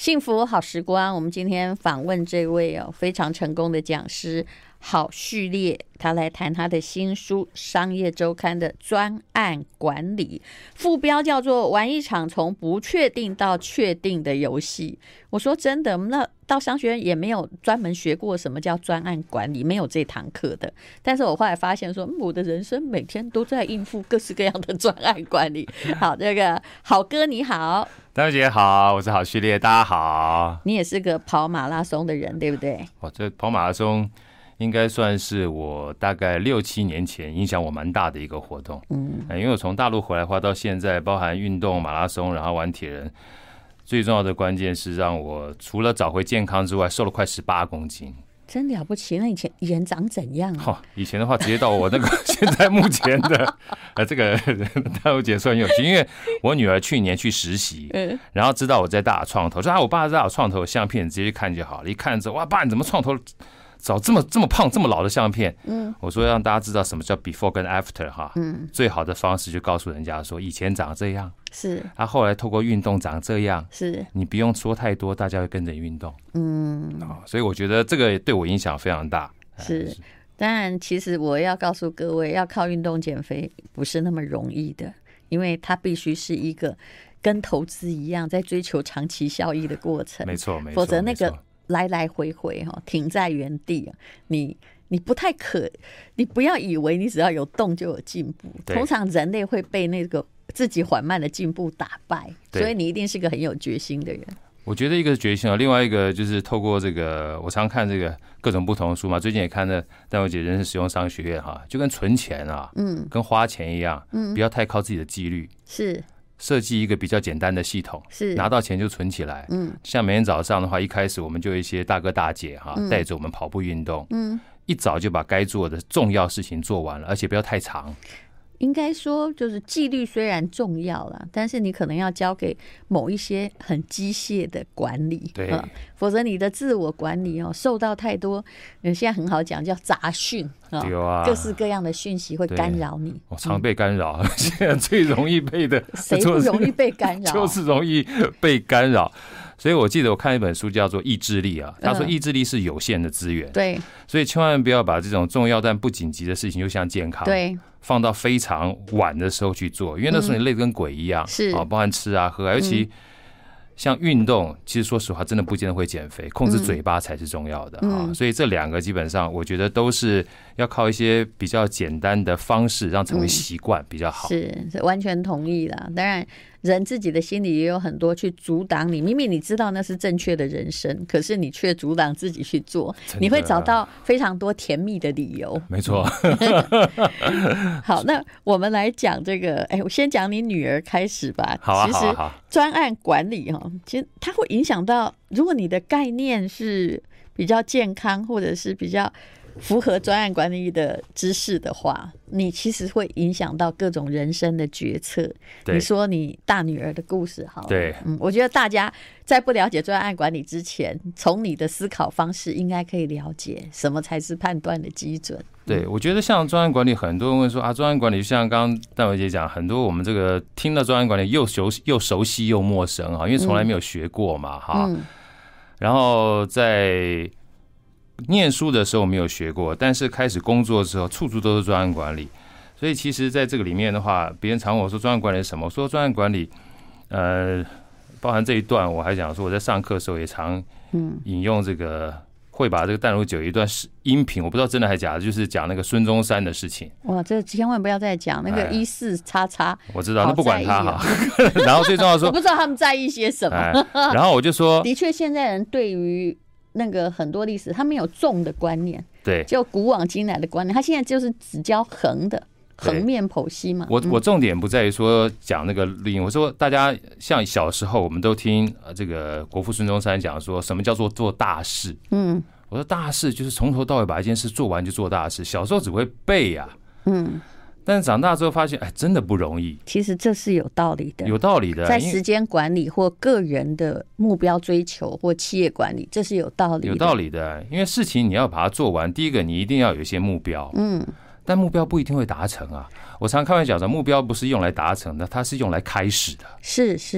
幸福好时光，我们今天访问这位非常成功的讲师郝旭烈，他来谈他的新书《商业周刊》的专案管理，副标叫做玩一场从不确定到确定的游戏。我说真的，那到商学院也没有专门学过什么叫专案管理，没有这堂课的。但是我后来发现说，我的人生每天都在应付各式各样的专案管理。好，这个郝哥你好。 丹如姐好，我是郝旭烈，大家好。 你也是个跑马拉松的人，对不对？ 这跑马拉松应该算是我大概6-7年前影响我蛮大的一个活动。因为我从大陆回来到现在，包含运动、马拉松，然后玩铁人，最重要的关键是让我除了找回健康之外，瘦了快18公斤。 真了不起！那以前长怎样啊？ 以前的话直接到我那个现在目前的这个丹如姐算有趣，因为我女儿去年去实习，然后知道我在大创投，说我爸在大创投相片，直接去看就好了。一看之后，哇，爸你怎么创投找这么胖这么老的相片？我说让大家知道什么叫 before 跟 after 哈。最好的方式就告诉人家说以前长这样，是他后来透过运动长这样，是你不用说太多，大家会跟着运动。所以我觉得这个对我影响非常大。 是，当然其实我要告诉各位，要靠运动减肥不是那么容易的，因为它必须是一个跟投资一样在追求长期效益的过程。 没错，没错， 否则那个来来回回停在原地，你不太你不要以为你只要有动就有进步，通常人类会被那个自己缓慢的进步打败，所以你一定是个很有决心的人。 我觉得一个是决心，另外一个就是透过这个，我常看这个各种不同的书嘛，最近也看了丹如姐人生实用商学院哈，就跟存钱啊，跟花钱一样，不要太靠自己的纪律，是设计一个比较简单的系统，是拿到钱就存起来。像每天早上的话，一开始我们就有一些大哥大姐哈，带着我们跑步运动，一早就把该做的重要事情做完了，而且不要太长。 应该说，就是纪律虽然重要啦，但是你可能要交给某一些很机械的管理，对，否则你的自我管理受到太多，现在很好讲叫杂讯各式各样的讯息会干扰你。 我常被干扰，现在最容易被的， 谁不容易被干扰？ 就是容易被干扰。所以我记得我看一本书叫做《意志力》啊，他说意志力是有限的资源，对，所以千万不要把这种重要但不紧急的事情，就像健康，对，放到非常晚的时候去做，因为那时候你累得跟鬼一样，是包含吃啊喝啊，尤其像运动，其实说实话真的不见得会减肥，控制嘴巴才是重要的啊。所以这两个基本上我觉得都是要靠一些比较简单的方式让成为习惯比较好。是完全同意啦。当然人自己的心里也有很多去阻挡你，明明你知道那是正确的人生，可是你却阻挡自己去做，你会找到非常多甜蜜的理由。 没错。 好，那我们来讲这个，我先讲你女儿开始吧。 好啊， 其实专案管理其实它会影响到，如果你的概念是比较健康，或者是比较符合专案管理的知识的话，你其实会影响到各种人生的决策。你说你大女儿的故事好了，对，我觉得大家在不了解专案管理之前，从你的思考方式应该可以了解什么才是判断的基准。 对，我觉得像专案管理，很多人问说专案管理就像刚刚戴维姐讲，很多我们这个听到专案管理又熟悉又陌生因为从来没有学过嘛然后在念书的时候没有学过，但是开始工作之后，处处都是专案管理。所以其实在这个里面的话，别人常问我说专案管理是什么？我说专案管理，包含这一段，我还讲说我在上课的时候也常引用这个，会把这个淡如酒一段音频，我不知道真的还假的，就是讲那个孙中山的事情。 哇，这千万不要再讲那个14XX。 我知道，那不管他哈。然后最重要的说， 我不知道他们在意些什么。 然后我就说， 的确，现在人对于那个很多历史，他没有纵的观念， 对， 就古往今来的观念，他现在就是只教横的，横面剖析嘛。 我重点不在于说讲那个例，我说大家像小时候我们都听这个国父孙中山讲说什么叫做做大事，我说大事就是从头到尾把一件事做完就做大事，小时候只会背啊，但是长大之后发现，真的不容易。其实这是有道理的， 有道理的。 在时间管理或个人的目标追求或企业管理，这是有道理的。 有道理的，因为事情你要把它做完，第一个你一定要有一些目标，但目标不一定会达成啊。我常开玩笑说，目标不是用来达成的，它是用来开始的。 是。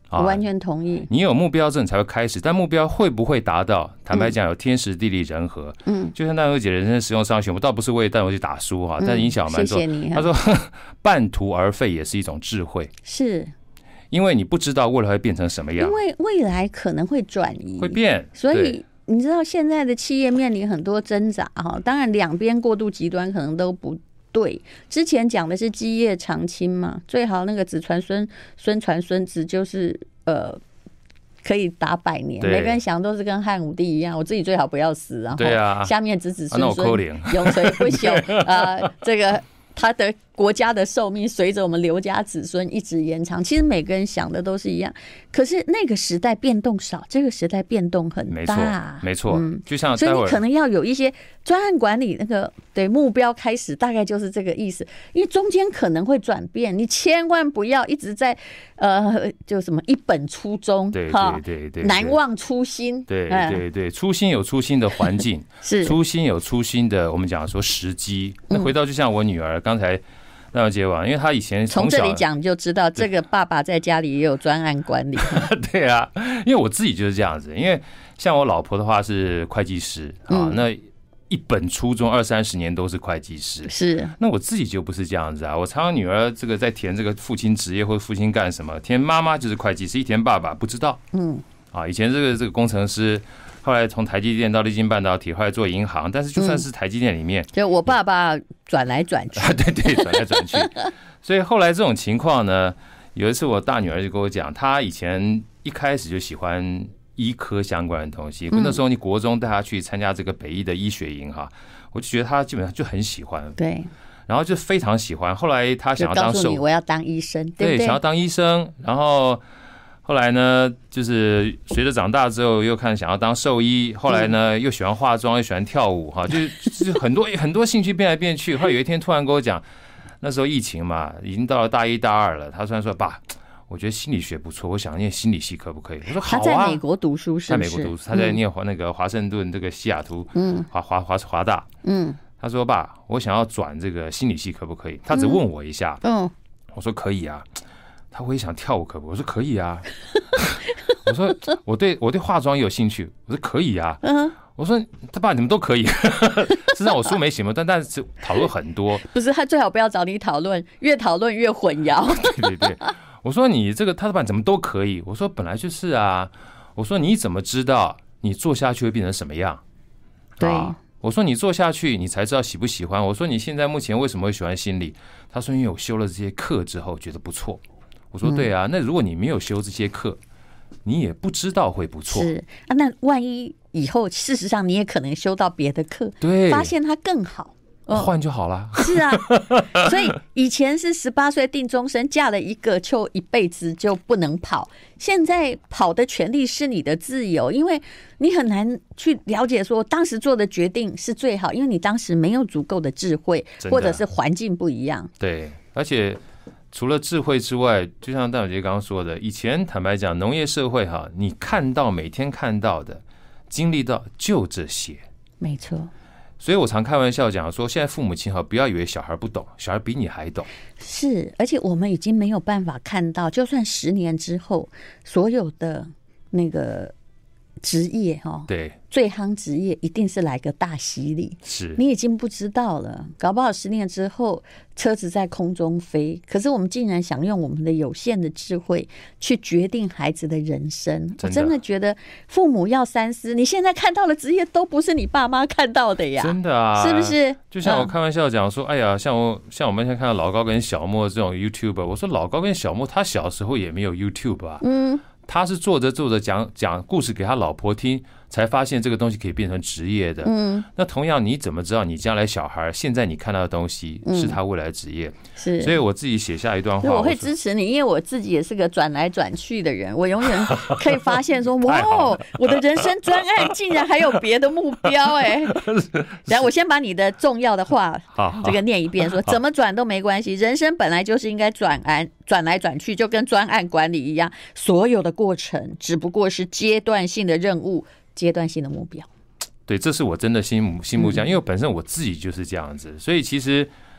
我完全同意。 你有目标之后你才会开始，但目标会不会达到？坦白讲，有天时地利人和。就像淡如姐人生实用商学，我倒不是为淡如姐打书哈，但影响蛮多。 谢谢你。 他说，半途而废也是一种智慧， 是因为你不知道未来会变成什么样， 因为未来可能会转移， 会变， 所以。你知道现在的企业面临很多挣扎哈，当然两边过度极端可能都不对。之前讲的是基业长青嘛，最好那个子传孙，孙传孙子，就是可以达100年。每个人想都是跟汉武帝一样，我自己最好不要死，然后下面子子孙孙永垂不朽这个他的国家的寿命随着我们刘家子孙一直延长。其实每个人想的都是一样，可是那个时代变动少，这个时代变动很大。 没错，就像所以你可能要有一些专案管理那个对目标开始，大概就是这个意思。因为中间可能会转变，你千万不要一直在就什么一本初衷， 对， 难忘初心。 对，初心有初心的环境，是初心有初心的我们讲说时机。那回到就像我女儿刚才。让我接完，因为他以前从这里讲就知道，这个爸爸在家里也有专案管理。 对啊，因为我自己就是这样子。因为像我老婆的话是会计师啊，那一本初中20-30年都是会计师。 是， 那我自己就不是这样子啊。我常常女儿这个在填这个父亲职业或者父亲干什么，填妈妈就是会计师，一填爸爸不知道。以前这个工程师。后来从台积电到力晶半导体，后来做银行，但是就算是台积电里面， 就我爸爸转来转去， 对，转来转去。所以后来这种情况呢，有一次我大女儿就跟我讲，她以前一开始就喜欢医科相关的东西，那时候你国中带她去参加这个北医的医学营哈，我就觉得她基本上就很喜欢， 对， 然后就非常喜欢。后来她想要当兽医， 我要当医生，对， 想要当医生，然后。后来呢，就是随着长大之后，又看想要当兽医。后来呢，又喜欢化妆，又喜欢跳舞，哈，就是很多兴趣变来变去。后来有一天突然跟我讲，那时候疫情嘛，已经到了大1、大2了。他突然说：“爸，我觉得心理学不错，我想念心理系，可不可以？”我说：“好啊。” 他在美国读书是不是？ 在美国读书，他在念那个华盛顿这个西雅图，华大。他说：“爸，我想要转这个心理系，可不可以？”他只问我一下。我说：“可以啊。”他我也想跳舞，可不？我说可以啊。我说我对化妆也有兴趣，我说可以啊。我说他爸你们都可以。实际上我书没写嘛，但是讨论很多。 不是他最好不要找你讨论，越讨论越混淆。 对，我说你这个他爸怎么都可以？我说本来就是啊。我说你怎么知道你做下去会变成什么样？ 对。 我说你做下去你才知道喜不喜欢。我说你现在目前为什么会喜欢心理？他说因为我修了这些课之后觉得不错。我说对啊，那如果你没有修这些课，你也不知道会不错。 是啊，那万一以后事实上你也可能修到别的课， 对， 发现它更好， 换就好了。 是啊，所以以前是18岁定终身，嫁了一个就一辈子就不能跑。现在跑的权利是你的自由，因为你很难去了解说当时做的决定是最好，因为你当时没有足够的智慧，或者是环境不一样。 对，而且。除了智慧之外，就像戴小杰刚刚说的，以前坦白讲，农业社会哈，你看到每天看到的、经历到就这些， 没错。 所以我常开玩笑讲说，现在父母亲哈，不要以为小孩不懂，小孩比你还懂。 是，而且我们已经没有办法看到，就算10年之后，所有的那个职业哈， 对， 最夯职业一定是来个大洗礼， 是你已经不知道了，搞不好10年之后车子在空中飞，可是我们竟然想用我们的有限的智慧去决定孩子的人生。我真的觉得父母要三思，你现在看到的职业都不是你爸妈看到的呀， 真的啊， 是不是？ 就像我开玩笑讲说，哎呀，像我们现在看到老高跟小莫这种 YouTuber， 我说老高跟小莫他小时候也没有 YouTube 啊，他是做着讲故事给他老婆听，才发现这个东西可以变成职业的。那同样你怎么知道你将来小孩现在你看到的东西是他未来的职业？是，所以我自己写下一段话， 我会支持你，因为我自己也是个转来转去的人，我永远可以发现说，哇，我的人生专案竟然还有别的目标哎。然后我先把你的重要的话这个念一遍，说怎么转都没关系，人生本来就是应该转来转去，就跟专案管理一样，所有的过程只不过是阶段性的任务，阶段性的目标。 对，这是我真的心目这样，因为本身我自己就是这样子，所以其实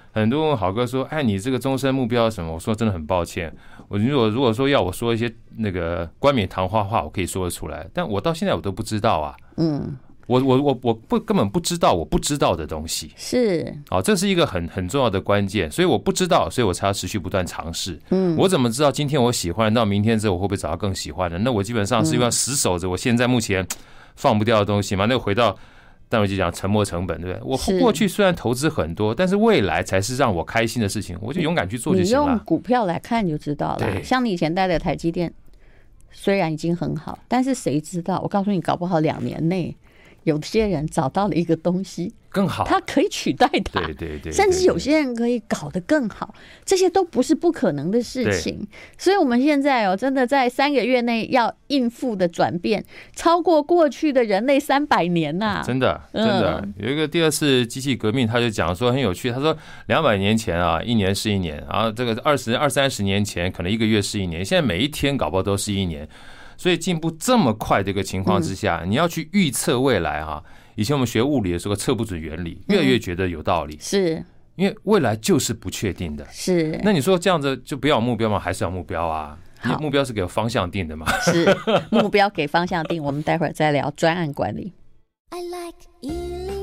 很多人问郝哥说，哎，你这个终身目标是什么？我说真的很抱歉，我如果说要我说一些那个冠冕堂皇话，我可以说得出来，但我到现在我都不知道啊。我根本不知道我不知道的东西， 是， 这是一个很重要的关键，所以我不知道，所以我才要持续不断尝试。我怎么知道今天我喜欢，到明天之后我会不会找到更喜欢的？那我基本上是要死守着我现在目前放不掉的东西嘛。那回到但我就讲沉没成本，对不对？我过去虽然投资很多，但是未来才是让我开心的事情，我就勇敢去做就行了。 你用股票来看就知道了，像你以前待的台积电，虽然已经很好，但是谁知道？我告诉你，搞不好2年内。有些人找到了一个东西更好， 他可以取代它，对，甚至有些人可以搞得更好，这些都不是不可能的事情。所以我们现在真的在3个月内要应付的转变，超过过去的人类300年呐！ 真的。有一个第2次机器革命，他就讲说很有趣，他说200年前啊，1年是1年，然后这个20-30年前可能1个月是1年，现在每一天搞不好都是1年。所以进步这么快的一个情况之下，你要去预测未来哈。以前我们学物理的时候，测不准原理，越来越觉得有道理， 是因为未来就是不确定的。 是， 那你说这样子就不要有目标吗？还是要目标啊？目标是给方向定的嘛？ 是，目标给方向定。我们待会儿再聊专案管理。I like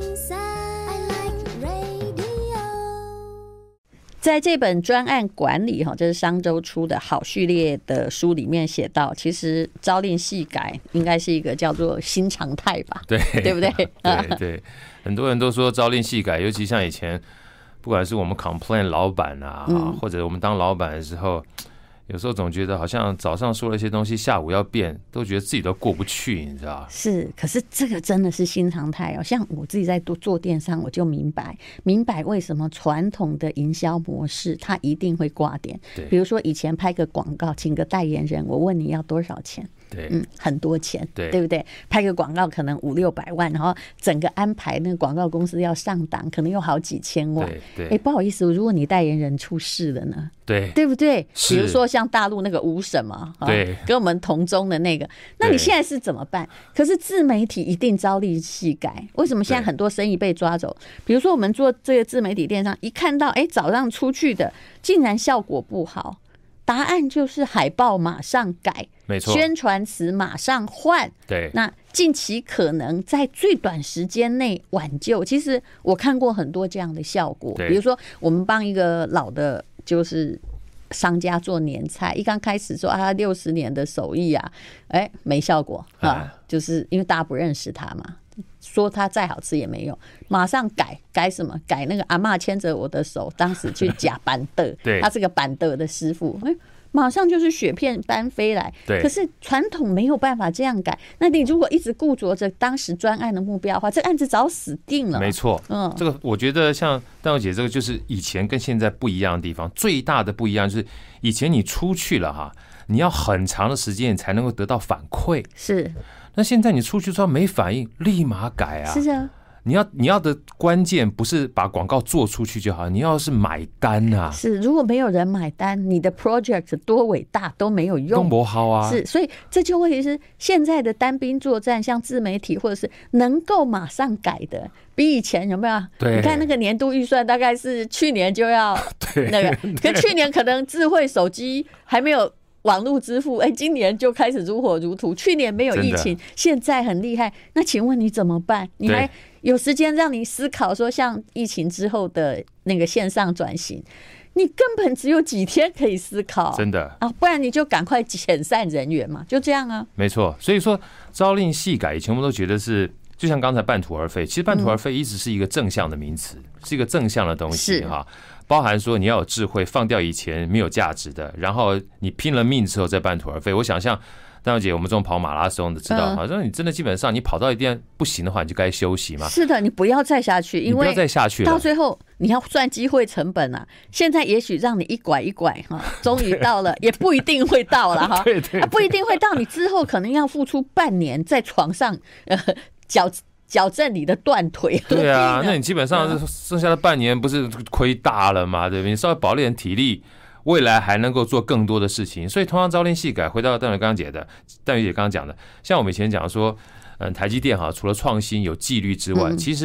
在这本专案管理，这是商周出的好序列的书里面写到，其实朝令夕改应该是一个叫做新常态吧？对不对？ 对，很多人都说朝令夕改，尤其像以前，不管是我们 complain 老板啊，或者我们当老板的时候，有时候总觉得好像早上说了一些东西，下午要变，都觉得自己都过不去，你知道？ 是，可是这个真的是新常态哦。像我自己在做电商，我就明白为什么传统的营销模式它一定会挂点。比如说以前拍个广告，请个代言人，我问你要多少钱？ 对， 很多钱，对不对？拍个广告可能500-600万，然后整个安排那个广告公司要上档，可能有好几千万。对，不好意思，如果你代言人出事了呢？对不对？比如说像大陆那个吴什么，对，跟我们同宗的那个，那你现在是怎么办？可是自媒体一定朝令夕改，为什么现在很多生意被抓走？比如说我们做这个自媒体电商，一看到早上出去的竟然效果不好。答案就是海报马上改， 没错， 宣传词马上换。 对， 那近期可能在最短时间内挽救。其实我看过很多这样的效果，比如说我们帮一个老的，就是商家做年菜，一刚开始说他60年的手艺啊，没效果啊，就是因为大家不认识他嘛。说他再好吃也没用，马上改什么？改那个阿嬷牵着我的手，当时去夹板的，他是个板的师傅，马上就是雪片般飞来。可是传统没有办法这样改。那你如果一直固着着当时专案的目标的话，这案子早死定了。 没错，这个我觉得像戴小姐，这个就是以前跟现在不一样的地方。最大的不一样就是以前你出去了哈，你要很长的时间你才能够得到反馈。 是。 那现在你出去之后没反应，立马改啊！ 是啊， 你要的关键不是把广告做出去就好，你要是买单啊！ 是，如果没有人买单，你的 project 多伟大都没有用， 都不好啊！ 是，所以这就问题是现在的单兵作战，像自媒体或者是能够马上改的，比以前有没有？ 对， 你看那个年度预算大概是去年就要那个，可去年可能智慧手机还没有。网络支付，今年就开始如火如荼。去年没有疫情，现在很厉害。那请问你怎么办？你还有时间让你思考说，像疫情之后的那个线上转型，你根本只有几天可以思考， 真的啊，不然你就赶快遣散人员嘛，就这样啊。 没错，所以说朝令夕改，以前我们都觉得是，就像刚才半途而废，其实半途而废一直是一个正向的名词，是一个正向的东西哈。包含说你要有智慧，放掉以前没有价值的，然后你拼了命之后再半途而废。我想像戴小姐，我们这种跑马拉松的知道，好像你真的基本上你跑到一定不行的话，你就该休息嘛。 是的，你不要再下去，因为不要再下去了， 到最后你要算机会成本啊。现在也许让你一拐一拐哈，终于到了，也不一定会到了哈。 对， 不一定会到，你之后可能要付出半年在床上矫正你的断腿。 对啊，那你基本上剩下的半年不是亏大了吗？对不对？你稍微保练体力，未来还能够做更多的事情。所以同样朝令夕改，回到戴宇姐刚刚讲的，像我们以前讲说，台积电哈，除了创新有纪律之外，其实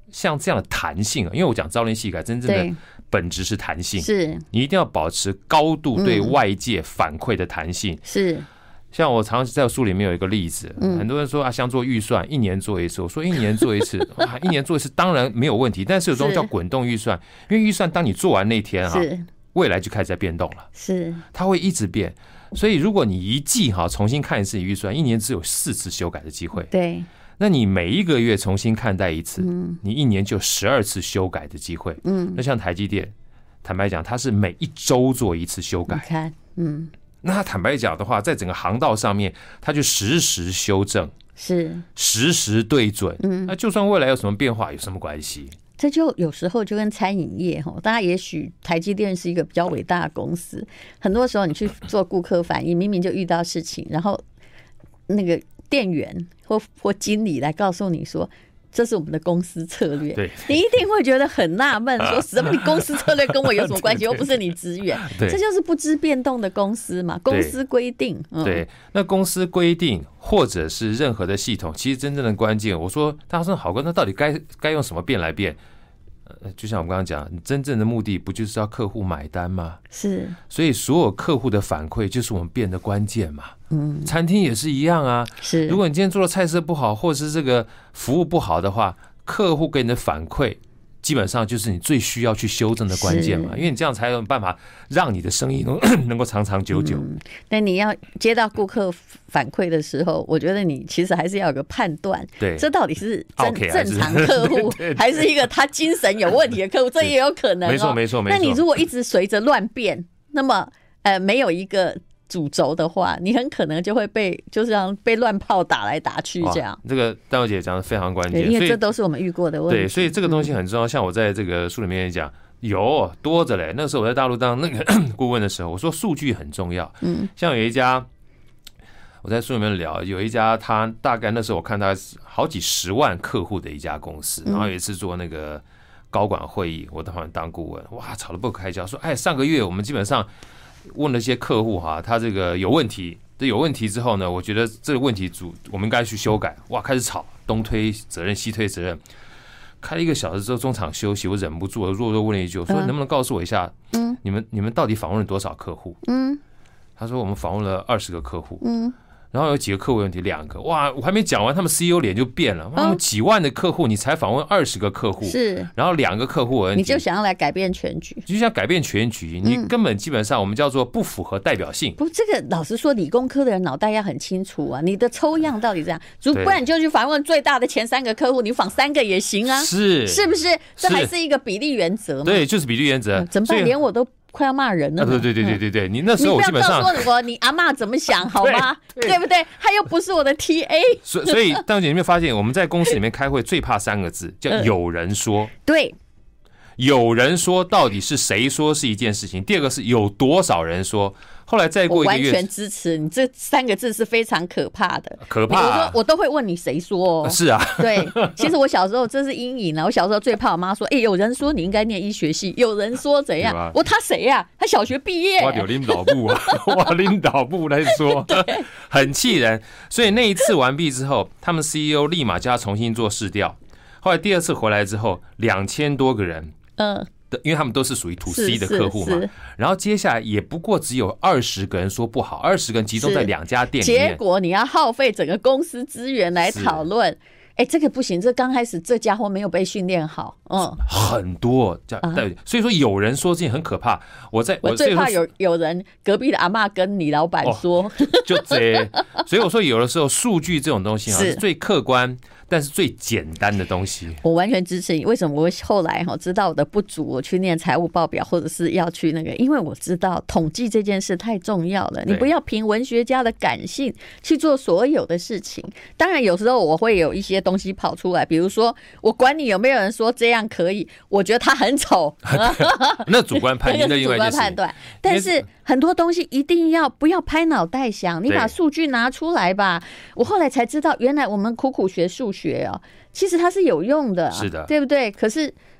像这样的弹性因为我讲朝令夕改真正的本质是弹性， 是你一定要保持高度对外界反馈的弹性。 是， 像我常常在书里面有一个例子，很多人说啊，像做预算1年做一次，我说1年做一次1年做一次当然没有问题，但是有东西叫滚动预算，因为预算当你做完那天未来就开始在变动了， 是它会一直变。所以如果你一季重新看一次预算，1年只有4次修改的机会， 对， 那你每一个月重新看待一次，你1年就12次修改的机会。那像台积电，坦白讲，它是每1周做1次修改。 你看， 那它坦白讲的话，在整个航道上面，它就实时修正， 是实时对准。那就算未来有什么变化，有什么关系？ 这就有时候就跟餐饮业大家也许台积电是一个比较伟大的公司，很多时候你去做顾客反应，明明就遇到事情，然后那个店员或经理来告诉你说这是我们的公司策略， 对， 你一定会觉得很纳闷，说什么你公司策略跟我有什么关系？又不是你职员，这就是不知变动的公司嘛。公司规定， 对，那公司规定或者是任何的系统，其实真正的关键，我说大家说好哥，那到底该用什么变来变？就像我刚刚讲，真正的目的不就是要客户买单吗？ 是， 所以所有客户的反馈就是我们变的关键嘛。餐厅也是一样啊。 是， 如果你今天做的菜色不好，或者是这个服务不好的话，客户给你的反馈基本上就是你最需要去修正的关键嘛，因为你这样才有办法让你的生意能够长长久久。 但你要接到顾客反馈的时候，我觉得你其实还是要有个判断， 对， 这到底是正常客户还是一个他精神有问题的客户，这也有可能。 没错。 那你如果一直随着乱变，那么没有一个主轴的话，你很可能就会就是像被乱炮打来打去这样。 这个戴小姐讲的非常关键， 因为这都是我们遇过的问题。 对，所以这个东西很重要。像我在这个书里面也讲，有多着嘞。那个时候我在大陆当那个顾问的时候，我说数据很重要。像有一家，我在书里面聊，有一家他大概那时候我看他好几10万客户的一家公司，然后有一次做那个高管会议，我在旁边当顾问，哇，吵得不可开交，说上个月我们基本上问了一些客户他这个有问题，有问题之后呢，我觉得这个问题我们应该去修改，哇，开始吵，东推责任西推责任，开了1个小时之后中场休息，我忍不住我弱问了一句，我说能不能告诉我一下，你们到底访问了多少客户？他说我们访问了20个客户。然后有几个客户问题，2个，哇，我还没讲完，他们 CEO 脸就变了。他们几万的客户，你才访问20个客户， 是， 然后2个客户问题， 你就想要来改变全局， 就想改变全局，你根本基本上我们叫做不符合代表性。 不，这个老实说，理工科的人脑袋要很清楚啊，你的抽样到底这样，不然你就去访问最大的前3个客户，你访3个也行啊，是不是？这还是一个比例原则嘛？ 对，就是比例原则。 怎么办？连我都快要骂人了。 对，你那时候我基本上， 你不要告诉我你阿嬷怎么想好吗？对不对？他又不是我的 TA。 所以大姐，你有没有发现我们在公司里面开会最怕3个字，叫有人说。 对。 有人说到底是谁说是一件事情，第二个是有多少人说。后来再过1个月， 我完全支持你，这3个字是非常可怕的， 可怕。 我都会问你谁说哦。 是啊， 对，其实我小时候这是阴影啊。我小时候最怕我妈说，有人说你应该念医学系，有人说怎样？他谁呀？他小学毕业。 哇，有领导部啊，哇，领导部来说，很气人。所以那一次完毕之后，他们 CEO 立马叫他重新做市调。后来第2次回来之后，2000多个人，因为他们都是属于 to C 的客户嘛，然后接下来也不过只有20个人说不好，20个人集中在2家店里面， 结果你要耗费整个公司资源来讨论，这个不行，这刚开始这家伙没有被训练好， 很多这样，所以说有人说这件很可怕。我最怕有人隔壁的阿嬷跟你老板说， 就这，所以我说有的时候数据这种东西是最客观。但是最简单的东西， 我完全支持你。为什么我后来知道我的不足，我去念财务报表，或者是要去那个？因为我知道统计这件事太重要了，你不要凭文学家的感性去做所有的事情。当然，有时候我会有一些东西跑出来，比如说，我管你有没有人说这样可以，我觉得他很丑， 那主观判定，那另外一件事。主观判断， 但是很多东西一定要不要拍脑袋想，你把数据拿出来吧。我后来才知道，原来我们苦苦学数学其实它是有用的， 是的， 对不对？可是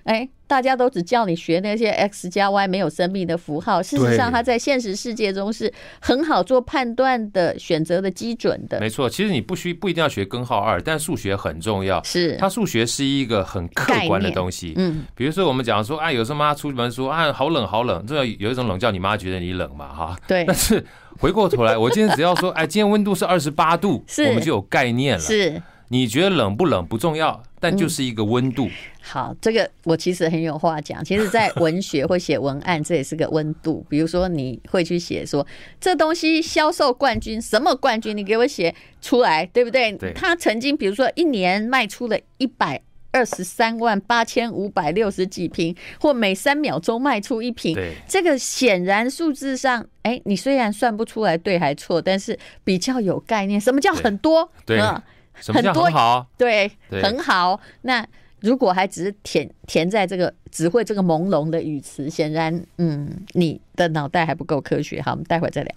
大家都只叫你学那些 x 加 y 没有生命的符号，事实上它在现实世界中是很好做判断的选择的基准的。 没错，其实你不一定要学根号2，但数学很重要。 是， 它数学是一个很客观的东西。比如说我们讲说，有时候妈出门说好冷好冷，这有一种冷叫你妈觉得你冷嘛哈。 对。 但是回过头来，我今天只要说，今天温度是28度，我们就有概念了。 是。 你觉得冷不冷不重要，但就是一个温度。 好，这个我其实很有话讲。其实，在文学或写文案，这也是个温度。比如说，你会去写说这东西销售冠军，什么冠军？你给我写出来，对不对？他曾经，比如说一年卖出了1238560几瓶，或每3秒钟卖出1瓶。这个显然数字上，你虽然算不出来对还错，但是比较有概念。什么叫很多？ 对。什么叫很好？ 对，很好。那如果还只是填在这个只会这个朦胧的语词，显然你的脑袋还不够科学。好，我们待会儿再聊。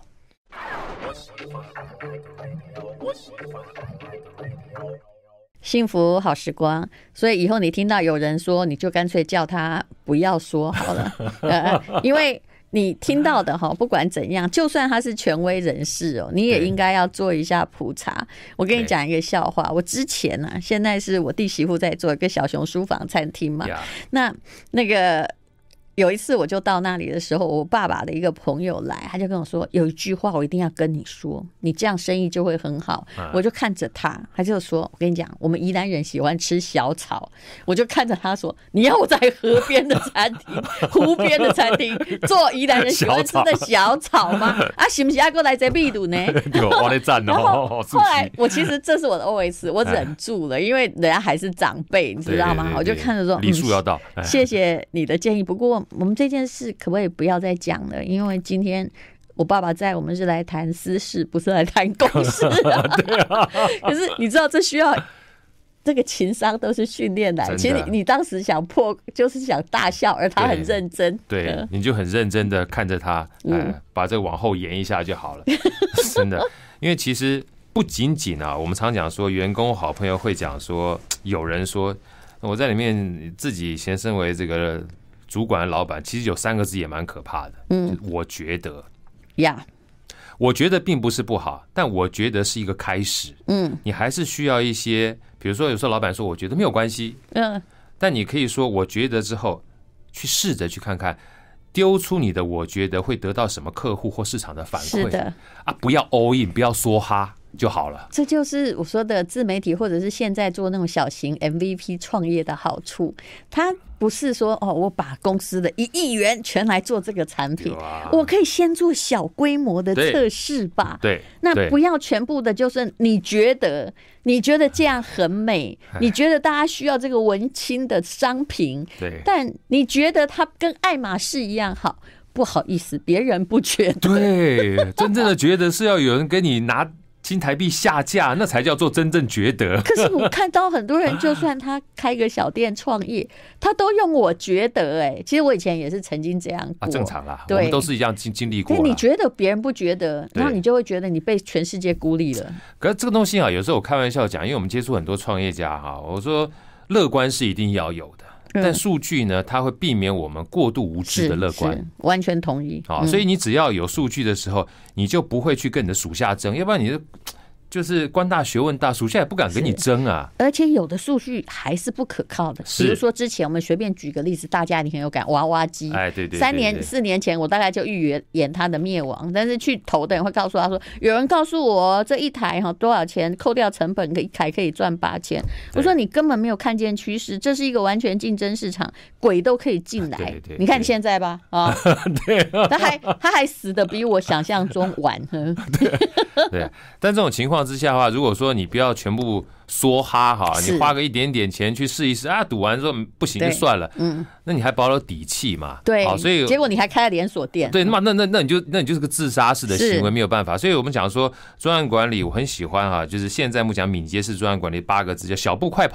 幸福好时光，所以以后你听到有人说，你就干脆叫他不要说好了，因为你听到的不管怎样，就算他是权威人士你也应该要做一下普查。我跟你讲一个笑话，我之前现在是我弟媳妇在做一个小熊书房餐厅嘛，那个有一次我就到那里的时候，我爸爸的一个朋友来，他就跟我说，有一句话我一定要跟你说，你这样生意就会很好。我就看着他就说，我跟你讲，我们宜兰人喜欢吃小炒。我就看着他说，你要我在河边的餐厅湖边的餐厅做宜兰人喜欢吃的小炒吗？是不是要过来这秘鲁呢？ 我在赞然后后来我其实这是我的 OS， 我忍住了，因为人家还是长辈，你知道吗？我就看着说， 礼数要到， 谢谢你的建议。不过我们这件事可不可以不要再讲了？因为今天我爸爸在，我们是来谈私事，不是来谈公事。可是你知道，这需要这个情商都是训练来。其实你当时想就是想大笑，而他很认真。 对，你就很认真的看着他，把这个往后延一下就好了。真的，因为其实不仅仅我们常讲说，员工好朋友会讲说，有人说我在里面自己先身为这个主管的老板，其实有3个字也蛮可怕的。我觉得我觉得并不是不好，但我觉得是一个开始。你还是需要一些，比如说有时候老板说我觉得没有关系，但你可以说我觉得之后，去试着去看看，丢出你的我觉得会得到什么客户或市场的反馈。 是的不要 all in， 不要梭哈就好了。 这就是我说的自媒体或者是现在做那种小型 MVP 创业的好处。它不是说我把公司的1亿元全来做这个产品，我可以先做小规模的测试吧。 对， 那不要全部的就是你觉得这样很美，你觉得大家需要这个文青的商品，但你觉得它跟爱马仕一样好，不好意思，别人不觉得。 对，真正的觉得是要有人跟你拿新台币下架，那才叫做真正觉得。 可是我看到很多人，就算他开个小店创业，他都用我觉得。其实我以前也是曾经这样过。 正常啦，我们都是一样经历过。 你觉得别人不觉得，然后你就会觉得你被全世界孤立了。 可是这个东西有时候我开玩笑讲，因为我们接触很多创业家我说乐观是一定要有的。但数据呢，它会避免我们过度无知的乐观。 完全同意。 所以你只要有数据的时候，你就不会去跟你的属下争，要不然你就是官大学问大，属下也不敢跟你争啊。 而且有的数据还是不可靠的，比如说之前我们随便举个例子，大家一定很有感，娃娃机。 对 3年4年前我大概就预言它的灭亡，但是去投的人会告诉他说，有人告诉我这一台多少钱，扣掉成本一台可以赚8000。我说你根本没有看见趋势，这是一个完全竞争市场，鬼都可以进来。你看你现在吧他还死的比我想象中晚。 对，但这种情况之下的话，如果说你不要全部梭哈你花个一点点钱去试一试赌完之后不行就算了，那你还保有底气嘛？ 对， 所以结果你还开了连锁店， 对，那你就是个自杀式的行为，没有办法。所以我们讲说专案管理，我很喜欢就是现在目前敏捷式专案管理8个字叫小步快跑。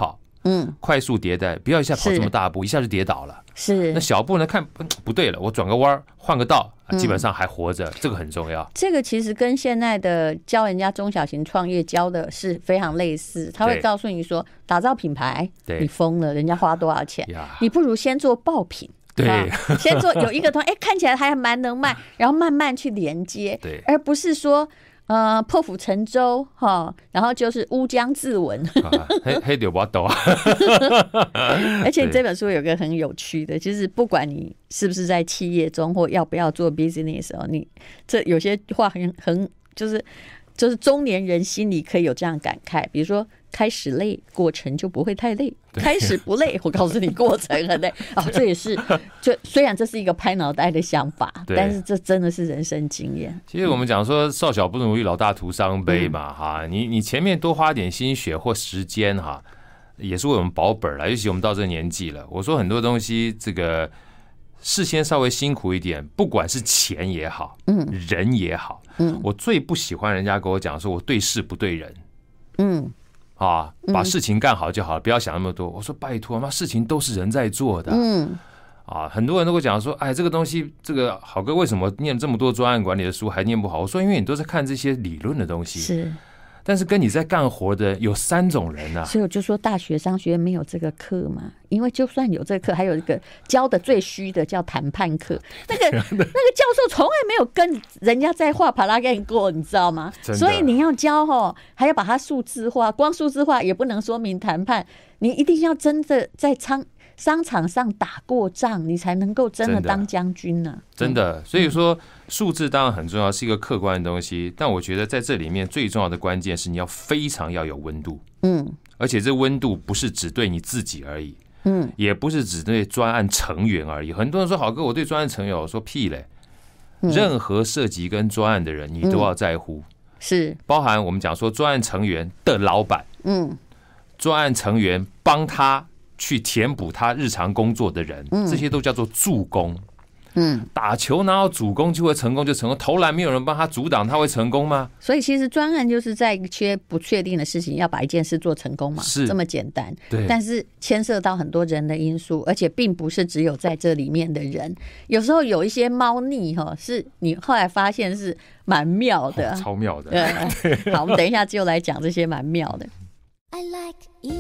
快速迭代，不要一下跑这么大步，一下就跌倒了。 是， 那小步呢？看不对了，我转个弯换个道，基本上还活着，这个很重要。 这个其实跟现在的教人家中小型创业教的是非常类似，他会告诉你说，打造品牌，你疯了，人家花多少钱，你不如先做爆品。 对， 先做有一个团，看起来还蛮能卖，然后慢慢去连接， 对， 而不是说破釜沉舟哈，然后就是乌江自刎。 黑丢不抖啊！ 而且这本书有个很有趣的，就是不管你是不是在企业中或要不要做 business 哦，你这有些话很就是中年人心里可以有这样感慨，比如说开始累，过程就不会太累；开始不累，我告诉你，过程很累这也是，虽然这是一个拍脑袋的想法，但是这真的是人生经验。 其实我们讲说，少小不努力，老大徒伤悲嘛，哈，你前面多花点心血或时间哈，也是为我们保本了。尤其我们到这个年纪了，我说很多东西，这个事先稍微辛苦一点，不管是钱也好，人也好，我最不喜欢人家跟我讲说我对事不对人，把事情干好就好了，不要想那么多。我说拜托，妈，事情都是人在做的，很多人都会讲说，哎，这个东西，这个好哥为什么念这么多专案管理的书还念不好？我说，因为你都在看这些理论的东西， 是。 但是跟你在干活的有3种人啊， 所以我就说大学商学院没有这个课嘛，因为就算有这个课，还有一个教的最虚的叫谈判课，那个教授从来没有跟人家在画帕拉干过，你知道吗？所以你要教还要把它数字化，光数字化也不能说明谈判，你一定要真的在商场上打过仗，你才能够真的当将军呢。 真的，所以说数字当然很重要，是一个客观的东西。但我觉得在这里面最重要的关键是你要非常要有温度，而且这温度不是只对你自己而已，也不是只对专案成员而已。很多人说好哥，我对专案成员，我说屁嘞，任何涉及跟专案的人，你都要在乎，是包含我们讲说专案成员的老板，专案成员帮他去填补他日常工作的人，这些都叫做助攻。打球哪有主攻就会成功就成功，投篮没有人帮他阻挡，他会成功吗？所以其实专案就是在一些不确定的事情要把一件事做成功嘛，是这么简单。对，但是牵涉到很多人的因素，而且并不是只有在这里面的人，有时候有一些猫腻是你后来发现是蛮妙的，超妙的。好，我们等一下就来讲这些蛮妙的。I like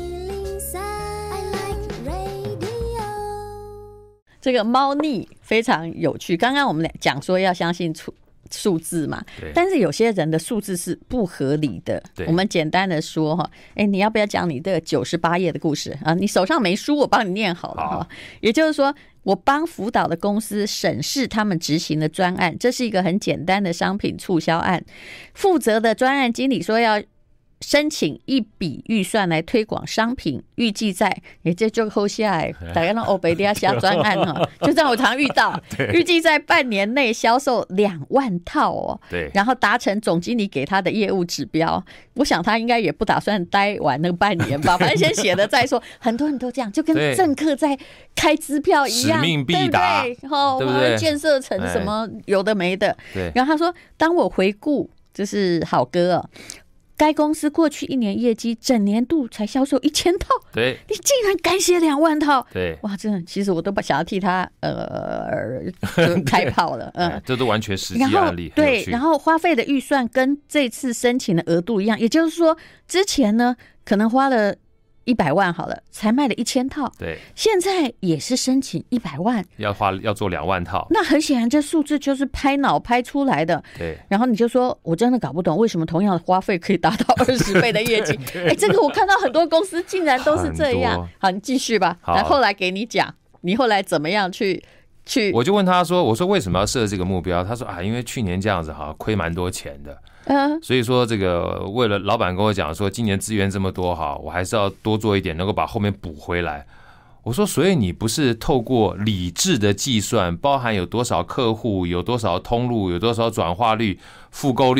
103, I like radio。 这个猫腻非常有趣。刚刚我们讲说要相信数字嘛，但是有些人的数字是不合理的。我们简单的说你要不要讲你的98页的故事啊？你手上没书，我帮你念好了。也就是说，我帮辅导的公司审视他们执行的专案，这是一个很简单的商品促销案。负责的专案经理说要申请一笔预算来推广商品，预计在也就后下来大概让欧北底下下专案就这样我常遇到，预计在半年内销售2万套对，然后达成总经理给他的业务指标。我想他应该也不打算待完那个半年吧，反正先写了再说。很多人都这样，就跟政客在开支票一样，使命必达，对不对？建设成什么有的没的。对，然后他说，当我回顾，这是好哥该公司过去1年业绩整年度才销售1000套，对，你竟然敢写2万套，对，哇，真的，其实我都想要替他就开炮了，这都完全实际案例，对，然后花费的预算跟这次申请的额度一样，也就是说，之前呢可能花了100万好了，才卖了1000套，对，现在也是申请100万，要做2万套，那很显然这数字就是拍脑拍出来的，对。然后你就说，我真的搞不懂为什么同样的花费可以达到20倍的业绩，这个我看到很多公司竟然都是这样。好，你继续吧。然后后来给你讲，你后来怎么样去？我就问他说，我说为什么要设这个目标？他说因为去年这样子亏蛮多钱的。所以说这个为了老板跟我讲说今年资源这么多我还是要多做一点，能够把后面补回来。我说所以你不是透过理智的计算，包含有多少客户，有多少通路，有多少转化率、复购率，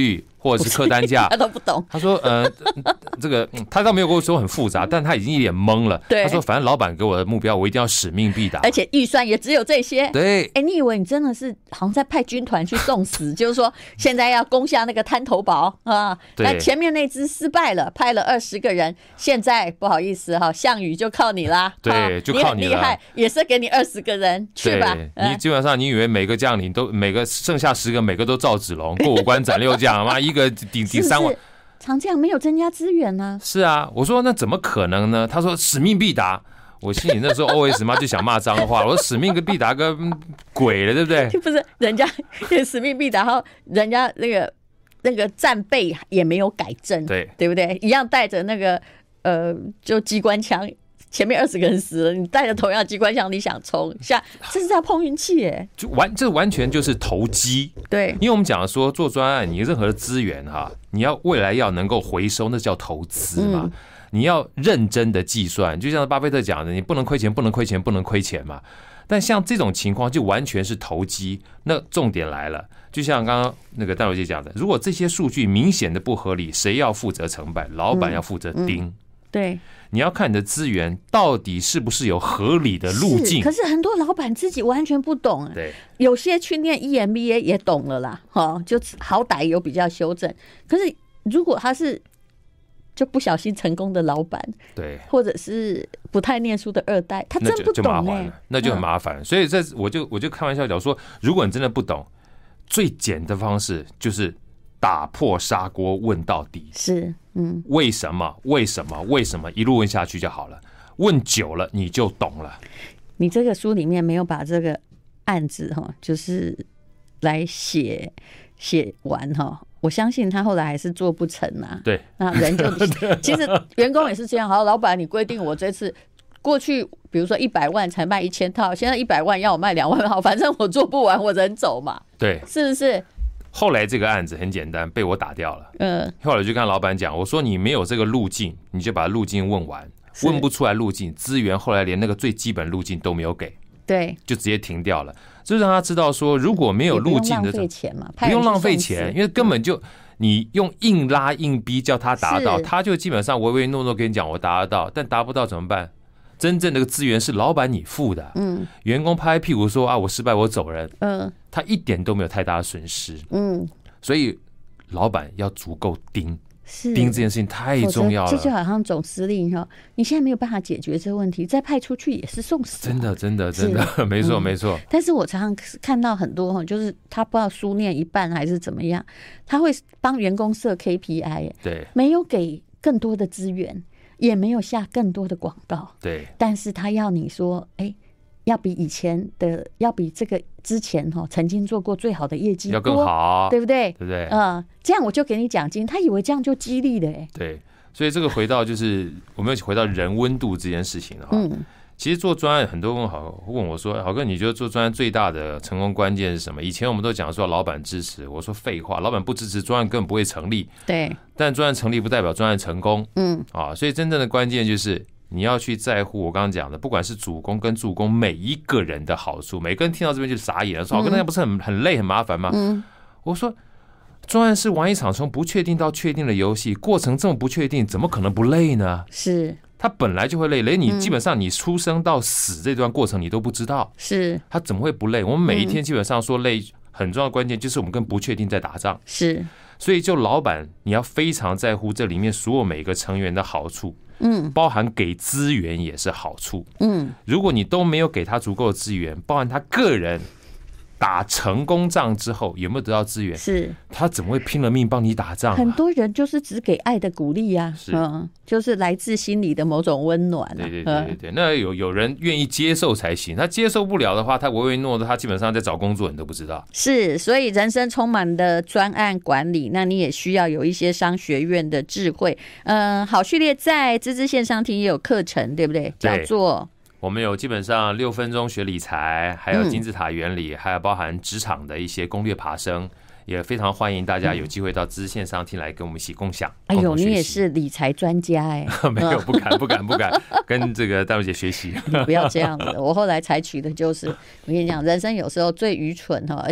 或者是客单价， 他都不懂。 他说这个他倒没有跟我说很复杂，但他已经一脸懵了。 对， 他说反正老板给我的目标，我一定要使命必达， 而且预算也只有这些。 对， 你以为你真的是好像在派军团去送死？就是说现在要攻下那个滩头堡啊，那前面那支失败了，派了20个人，现在不好意思哈，项羽就靠你啦。 对，就靠你了。 你很厉害，也是给你20个人去吧。 你基本上你以为每个将领都每个剩下10个每个都赵子龙过5关斩6将，妈一个顶3万。 常这样没有增加资源呢？ 是啊，我说那怎么可能呢？他说使命必达。我心里那时候 OS 嘛就想骂脏话，我说使命跟必达跟鬼了，对不对？ 不是，人家使命必达，然后人家那个战备也没有改正，对不对？一样带着那个就机关枪，前面20个人死了，你带着同样机关枪，你想冲下，这是在碰运气耶， 这完全就是投机。 对， 因为我们讲说做专案，你任何的资源哈，你要未来要能够回收，那叫投资嘛。你要认真的计算，就像巴菲特讲的，你不能亏钱，不能亏钱，不能亏钱嘛。但像这种情况就完全是投机。那重点来了，就像刚刚那个戴维姐讲的，如果这些数据明显的不合理，谁要负责成败？老板要负责盯。 对， 你要看你的资源到底是不是有合理的路径。 可是很多老板自己完全不懂。 对， 有些去念 EMBA 也懂了啦，就好歹有比较修正。可是如果他是就不小心成功的老板，对，或者是不太念书的2代，他真不懂那就很麻烦。所以我就开玩笑讲说，如果你真的不懂，最简的方式就是打破砂锅问到底。 是， 为什么？为什么？为什么？一路问下去就好了。问久了你就懂了。 你这个书里面没有把这个案子就是来写完我相信他后来还是做不成啊。 对， 那人就其实员工也是这样。好，老板，你规定我这次过去，比如说100万才卖1000套，现在100万要我卖2万套，反正我做不完，我人走嘛。 对， 是不是？ 后来这个案子很简单，被我打掉了。后来就跟老板讲，我说你没有这个路径，你就把路径问完，问不出来路径，资源后来连那个最基本路径都没有给。 对， 就直接停掉了，就让他知道说，如果没有路径的， 不用浪费钱嘛， 不用浪费钱，因为根本就你用硬拉硬逼叫他达到，他就基本上唯唯诺诺跟你讲我达得到，但达不到怎么办？真正那个资源是老板你付的，员工拍屁股说啊我失败我走人，他一点都没有太大的损失，所以老板要足够盯。盯这件事情太重要了， 这就好像总司令你现在没有办法解决这个问题，再派出去也是送死。 真的，没错没错。 但是我常常看到很多就是他不知道书念一半还是怎么样，他会帮员工设 KPI， 对， 没有给更多的资源，也没有下更多的广告， 对， 但是他要你说，要比以前的，要比这个之前曾经做过最好的业绩要更好， 对不对？ 对不对？ 这样我就给你奖金。他以为这样就激励了对，所以这个回到就是我们回到人温度这件事情的话，其实做专案很多人问我说，好哥，你觉得做专案最大的成功关键是什么？以前我们都讲说老板支持，我说废话，老板不支持专案根本不会成立。 对， 但专案成立不代表专案成功。所以真正的关键就是你要去在乎我刚刚讲的，不管是主攻跟助攻每一个人的好处，每个人听到这边就傻眼了，说好哥那不是很累很麻烦吗？我说专案是玩一场从不确定到确定的游戏，过程这么不确定，怎么可能不累呢？ 是， 他本来就会累，连你基本上你出生到死这段过程你都不知道， 是他怎么会不累？我们每一天基本上说累，很重要的关键就是我们跟不确定在打仗。 是， 所以就老板你要非常在乎这里面所有每个成员的好处。包含给资源也是好处。如果你都没有给他足够的资源，包含他个人打成功仗之后有没有得到资源，是他怎么会拼了命帮你打仗？ 很多人就是只给爱的鼓励啊，就是来自心里的某种温暖。 对，那有人愿意接受才行，他接受不了的话，他唯唯诺诺，他基本上在找工作你都不知道。 是，所以人生充满的专案管理，那你也需要有一些商学院的智慧。好序列在芝芝线上听也有课程，对不对？叫做我们有基本上6分钟学理财，还有金字塔原理，还有包含职场的一些攻略爬升，也非常欢迎大家有机会到芝芝线上听来跟我们一起共享。 哎呦，你也是理财专家没有，不敢跟这个戴茹姐学习。 你不要这样子，我后来采取的就是，我跟你讲，人生有时候最愚蠢而且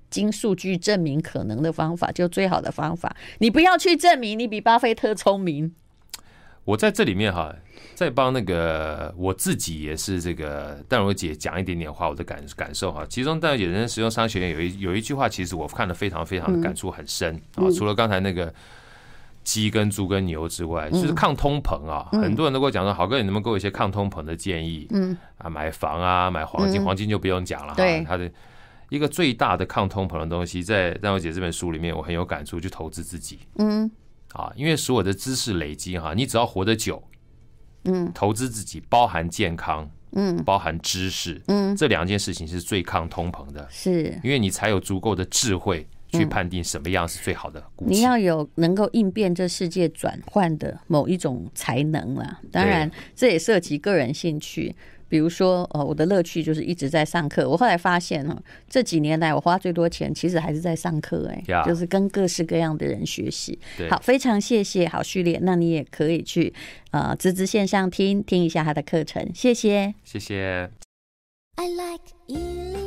经数据证明可能的方法，就最好的方法。你不要去证明你比巴菲特聪明。 我在这里面哈，再帮那个我自己也是这个淡如姐讲一点点话，我的感受哈。其中淡如姐人生实用商学院有一句话，其实我看得非常非常的感触很深啊。除了刚才那个鸡跟猪跟牛之外，就是抗通膨啊。很多人都跟我讲说，好哥，你能不能给我一些抗通膨的建议？买房啊，买黄金，黄金就不用讲了哈。它的一个最大的抗通膨的东西，在淡如姐这本书里面，我很有感触，就投资自己。因为所有的知识累积哈，你只要活得久，投资自己包含健康，包含知识，这2件事情是最抗通膨的，是因为你才有足够的智慧去判定什么样是最好的股你要有能够应变这世界转换的某一种才能啦。当然，这也涉及个人兴趣。比如说，我的乐趣就是一直在上课。我后来发现，这几年来我花最多钱，其实还是在上课，就是跟各式各样的人学习。好，非常谢谢好序列，那你也可以去直直线上听一下他的课程。谢谢， 谢谢。I like